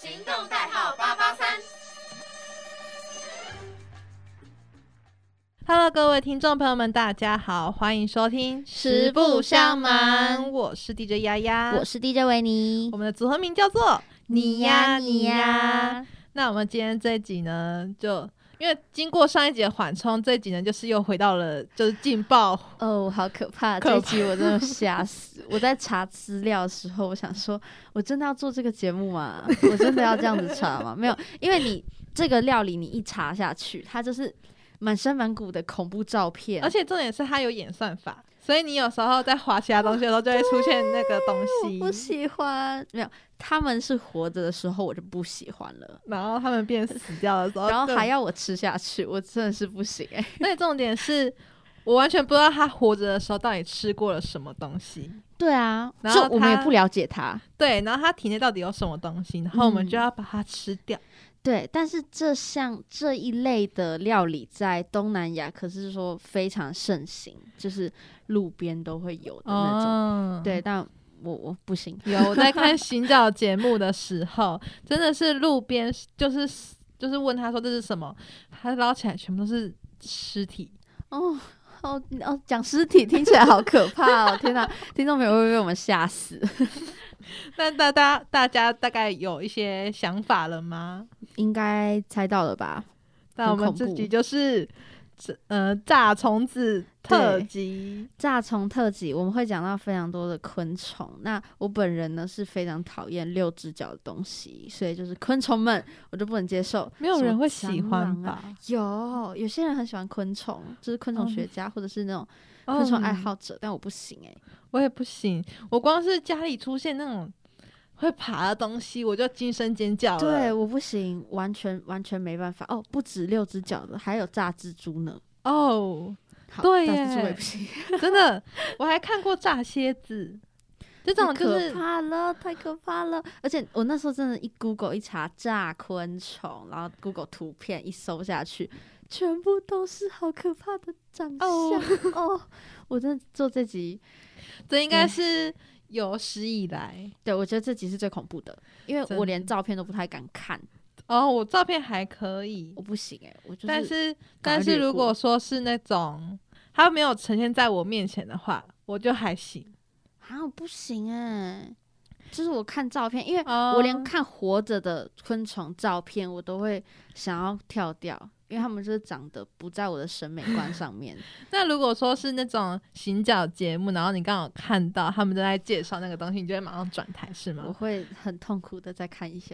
行动代号883。 Hello， 各位听众朋友们，大家好，欢迎收听实不相瞒我是 DJ 丫丫， 我是 DJ 维尼， 我们的组合名叫做你呀你呀。 那我们今天这一集呢，就因为经过上一集的缓冲，这一集呢就是又回到了就是劲爆哦，好可怕！这一集我真的吓死。我在查资料的时候，我想说，我真的要做这个节目吗？我真的要这样子查吗？没有，因为你这个料理你一查下去，它就是满山满谷的恐怖照片， 而且重点是它有演算法，所以你有时候在滑其他东西的时候就会出现那个东西。 我不喜欢，没有，他们是活着的时候我就不喜欢了， 然后他们变死掉的时候， 然后还要我吃下去，我真的是不行欸。 而且重点是我完全不知道他活着的时候到底吃过了什么东西。 对啊， 然后就我们也不了解他。 对，然后他体内到底有什么东西，然后我们就要把它吃掉。 对，但是这一类的料理在东南亚可是说非常盛行，就是路边都会有的那种。对，但我不行。 有我在看行脚节目的时候，真的是路边就是问他说这是什么，他捞起来全部都是尸体。 哦，讲尸体听起来好可怕哦！天哪，听众朋友会被我们吓死。 那大家大概有一些想法了吗？ 应该猜到了吧？ 那我们这集就是炸虫子特辑。 炸虫特辑我们会讲到非常多的昆虫。那我本人呢是非常讨厌6只脚的东西，所以就是昆虫们我就不能接受。 没有人会喜欢吧？ 有些人很喜欢昆虫，就是昆虫学家或者是那种昆虫爱好者，但我不行欸。 我也不行，我光是家里出现那种会爬的东西我就惊声尖叫了。 对，我不行，完全没办法。哦，不止6只脚的，还有炸蜘蛛呢。 哦，对耶， 炸蜘蛛我也不行。 真的，我还看过炸蝎子，这种就是可怕了，太可怕了。而且我那时候真的，一 Google 一查炸昆虫，然后 Google 图片一搜下去，全部都是好可怕的长相。哦，我真的做这集， 这应该是有史以来， 对，我觉得这集是最恐怖的，因为我连照片都不太敢看。 哦，我照片还可以， 我不行欸，我就是。 但是如果说是那种它没有呈现在我面前的话，我就还行。 我不行欸，就是我看照片，因为我连看活着的昆虫照片我都会想要跳掉，因为他们就是长得不在我的审美观上面。 那如果说是那种行脚节目，然后你刚好看到他们都在介绍那个东西，你就会马上转台是吗？ 我会很痛苦的再看一下。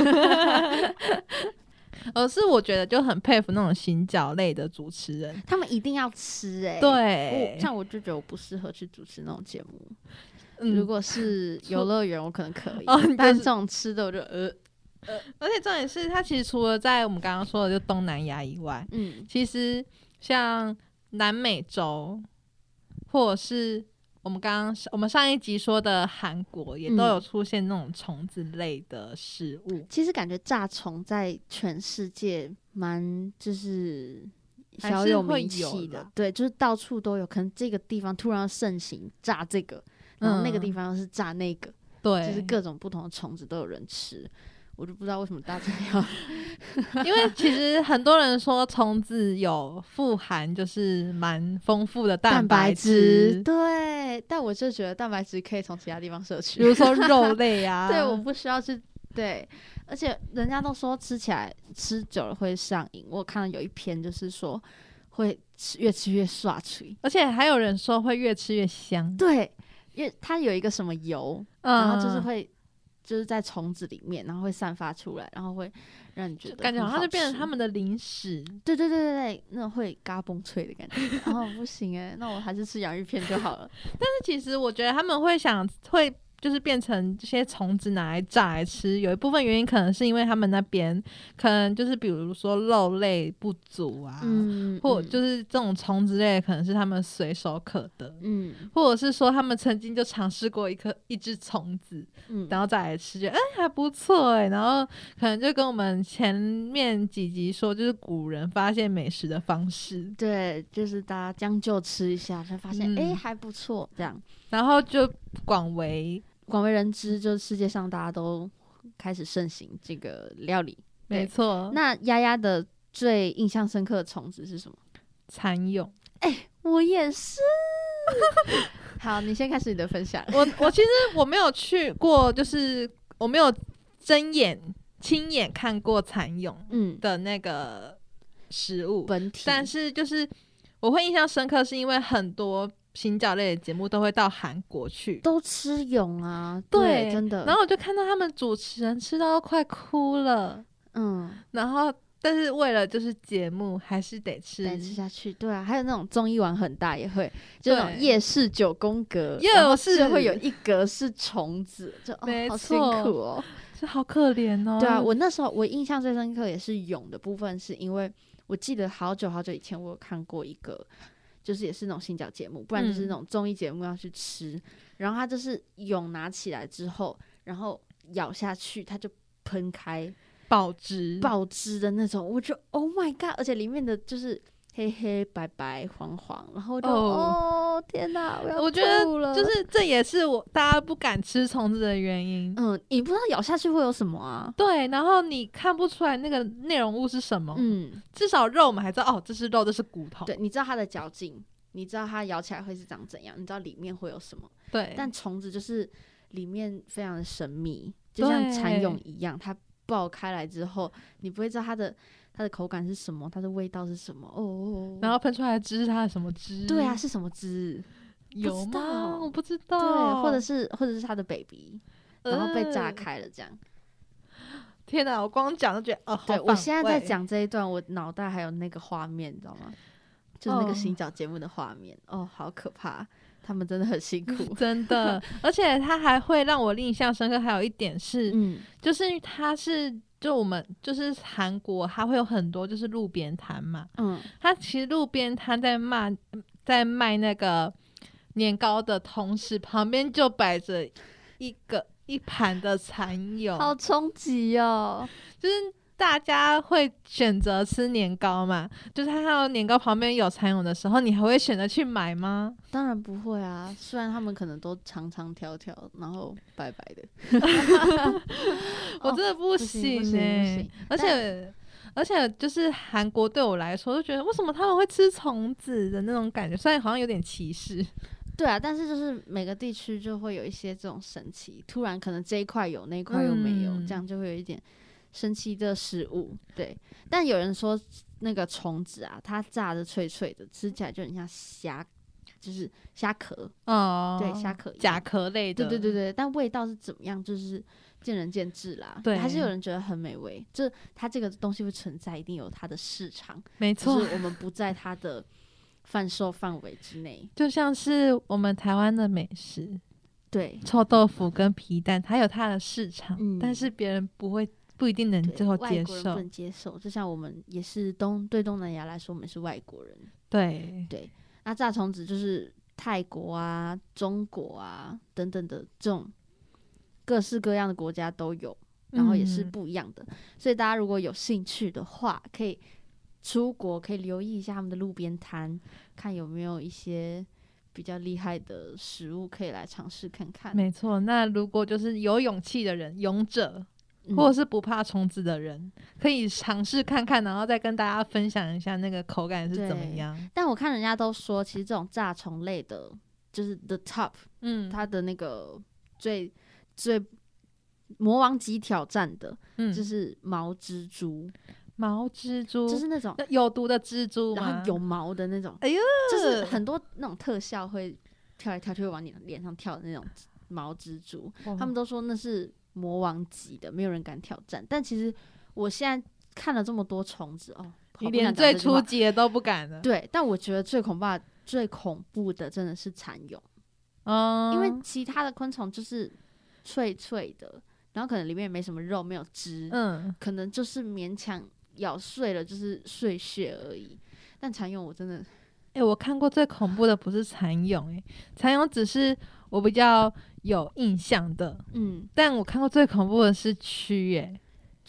是我觉得就很佩服那种行脚类的主持人， 他们一定要吃欸。 对， 像我就觉得我不适合去主持那种节目。如果是游乐园我可能可以，但这种吃的我就而且重点是它其实除了在我们刚刚说的就东南亚以外，其实像南美洲或者是我们上一集说的韩国也都有出现那种虫子类的食物。 其实感觉炸虫在全世界蛮就是小有名气的，对，就是到处都有，可能这个地方突然盛行炸这个，然后那个地方又是炸那个， 对， 就是各种不同的虫子都有人吃。我就不知道为什么大家要因为其实很多人说虫子有富含就是蛮丰富的蛋白质， 对，但我就觉得蛋白质可以从其他地方摄取， 比如说肉类啊。 对，我不需要去，对，而且人家都说吃起来吃久了会上瘾，我看到有一篇就是说会越吃越刷嘴， 而且还有人说会越吃越香。 对，因为它有一个什么油，然后就是会就是在虫子里面，然后会散发出来，然后会让你觉得感觉好像就变成他们的零食。 对，那种会嘎嘣脆的感觉。然后不行欸，那我还是吃洋芋片就好了。 但是其实我觉得他们会就是变成这些虫子拿来炸来吃，有一部分原因可能是因为他们那边可能就是比如说肉类不足啊，或者就是这种虫子类可能是他们随手可得，或者是说他们曾经就尝试过一只虫子，然后再来吃，觉得还不错欸，然后可能就跟我们前面几集说，就是古人发现美食的方式， 对，就是大家将就吃一下，才发现还不错这样， 然后就广为人知，就世界上大家都开始盛行这个料理。 没错。 那丫丫的最印象深刻的虫子是什么？ 蚕蛹。 我也是。好，你先开始你的分享。 我其实我没有去过，就是我没有亲眼看过蚕蛹的那个食物本体， 但是就是我会印象深刻，是因为很多行脚类的节目都会到韩国去， 都吃蛹啊，对，真的。 然后我就看到他们主持人吃到快哭了，然后但是为了就是节目还是得吃下去。对啊，还有那种综艺玩很大也会，就那种夜市9宫格， 然后就会有一格是虫子，就没错， 好辛苦哦， 就好可怜哦。 对啊，我那时候我印象最深刻也是蛹的部分，是因为我记得好久以前我有看过一个，就是也是那种行脚节目，不然就是那种综艺节目要去吃，然后它就是蛹拿起来之后，然后咬下去，它就喷开。爆汁的那种，我觉得 Oh my God， 而且里面的就是黑黑白白黄黄，然后就天哪， 我觉得就是这也是大家不敢吃虫子的原因。 你不知道咬下去会有什么啊？ 对，然后你看不出来那个内容物是什么。至少肉我们还知道这是肉，这是骨头。 对，你知道它的嚼劲，你知道它咬起来会是长怎样，你知道里面会有什么。 对， 但虫子就是里面非常的神秘，就像蚕蛹一样，它爆开来之后，你不会知道它的口感是什么，它的味道是什么然后喷出来的汁是它的什么汁？ 对啊，是什么汁？ 有吗？我不知道。 对，或者是它的 baby，然后被炸开了这样。 天哪，我光讲就觉得对，我现在在讲这一段，我脑袋还有那个画面，你知道吗？就是那个行脚节目的画面，好可怕。他们真的很辛苦， 真的，而且他还会让我印象深刻。还有一点是，就是我们就是韩国，它会有很多就是路边摊嘛，它其实路边摊在卖那个年糕的同时，旁边就摆着一盘的蚕蛹， 好冲击哦， 就是。大家会选择吃年糕嘛？就是他看到年糕旁边有蚕蛹的时候，你还会选择去买吗？ 当然不会啊，虽然他们可能都长长条条，然后白白的。 我真的不行欸，而且就是韩国对我来说，就觉得为什么他们会吃虫子的那种感觉，虽然好像有点歧视。 对啊，但是就是每个地区就会有一些这种神奇，突然可能这一块有，那一块又没有，这样就会有一点神奇的食物。对，但有人说那个虫子啊，它炸的脆脆的，吃起来就很像虾，就是虾壳对，虾壳甲壳类的， 对，但味道是怎么样，就是见仁见智啦。对，还是有人觉得很美味，就它这个东西会存在，一定有它的市场， 没错， 就是我们不在它的贩售范围之内。 就像是我们台湾的美食， 对， 臭豆腐跟皮蛋，它有它的市场，但是别人不一定能最后接受， 外国人不能接受。就像我们也是对东南亚来说，我们是外国人。对，那炸虫子就是泰国啊、中国啊等等的这种各式各样的国家都有，然后也是不一样的。所以大家如果有兴趣的话，可以出国，可以留意一下他们的路边摊，看有没有一些比较厉害的食物可以来尝试看看。 没错，那如果就是有勇气的人，勇者。或者是不怕虫子的人，可以尝试看看，然后再跟大家分享一下那个口感是怎么样。 但我看人家都说，其实这种炸虫类的，就是 the top，它的那个最魔王级挑战的，就是毛蜘蛛。 毛蜘蛛就是那种有毒的蜘蛛吗？ 然后有毛的那种。哎呦，就是很多那种特效会跳来跳去，会往你脸上跳的那种毛蜘蛛，他们都说那是魔王级的，没有人敢挑战。但其实我现在看了这么多虫子你连最初级的都不敢了。 对，但我觉得最恐怖的真的是蚕蛹，因为其他的昆虫就是脆脆的，然后可能里面也没什么肉，没有汁，可能就是勉强咬碎了，就是碎屑而已。但蚕蛹我真的， 我看过最恐怖的不是蚕蛹，蚕蛹只是我比较有印象的，但我看过最恐怖的是蛆，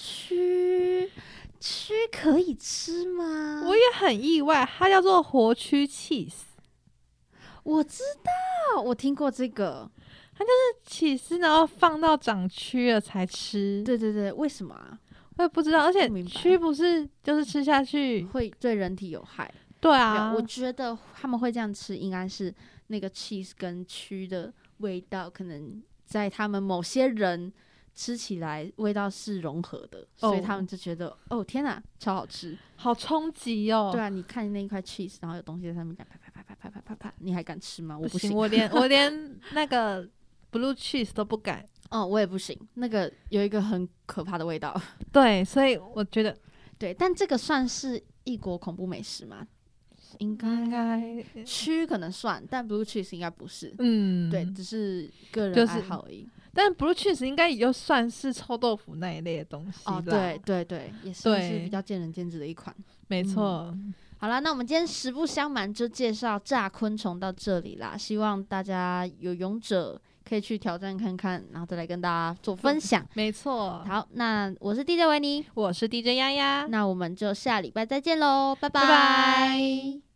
蛆可以吃吗？ 我也很意外，它叫做活蛆cheese。 我知道，我听过这个， 起司然后放到长蛆了才吃。 对对对，为什么啊？ 我也不知道，而且蛆不是就是吃下去会对人体有害。 对啊， 我觉得他们会这样吃，应该是那个 cheese 跟蛆的味道，可能在他们某些人吃起来味道是融合的，所以他们就觉得哦天哪，超好吃， 好冲击哦。 对啊，你看那一块 cheese， 然后有东西在上面，啪啪啪啪啪啪啪啪，你还敢吃吗？我不行， 我连那个 blue cheese 都不敢。 哦，我也不行，那个有一个很可怕的味道。 对，所以我觉得对，但这个算是异国恐怖美食吗？应该蛆可能算，但 blue cheese 应该不是。对，只是个人爱好而已。 但 blue cheese 应该也就算是臭豆腐那一类的东西啦。 对对对，也算是比较见仁见智的一款。 没错。 好啦，那我们今天实不相瞒就介绍炸昆虫到这里啦，希望大家有勇者可以去挑战看看，然后再来跟大家做分享。 没错。 好，那我是 DJ 维尼， 我是 DJ 丫丫， 那我们就下礼拜再见喽，拜拜拜。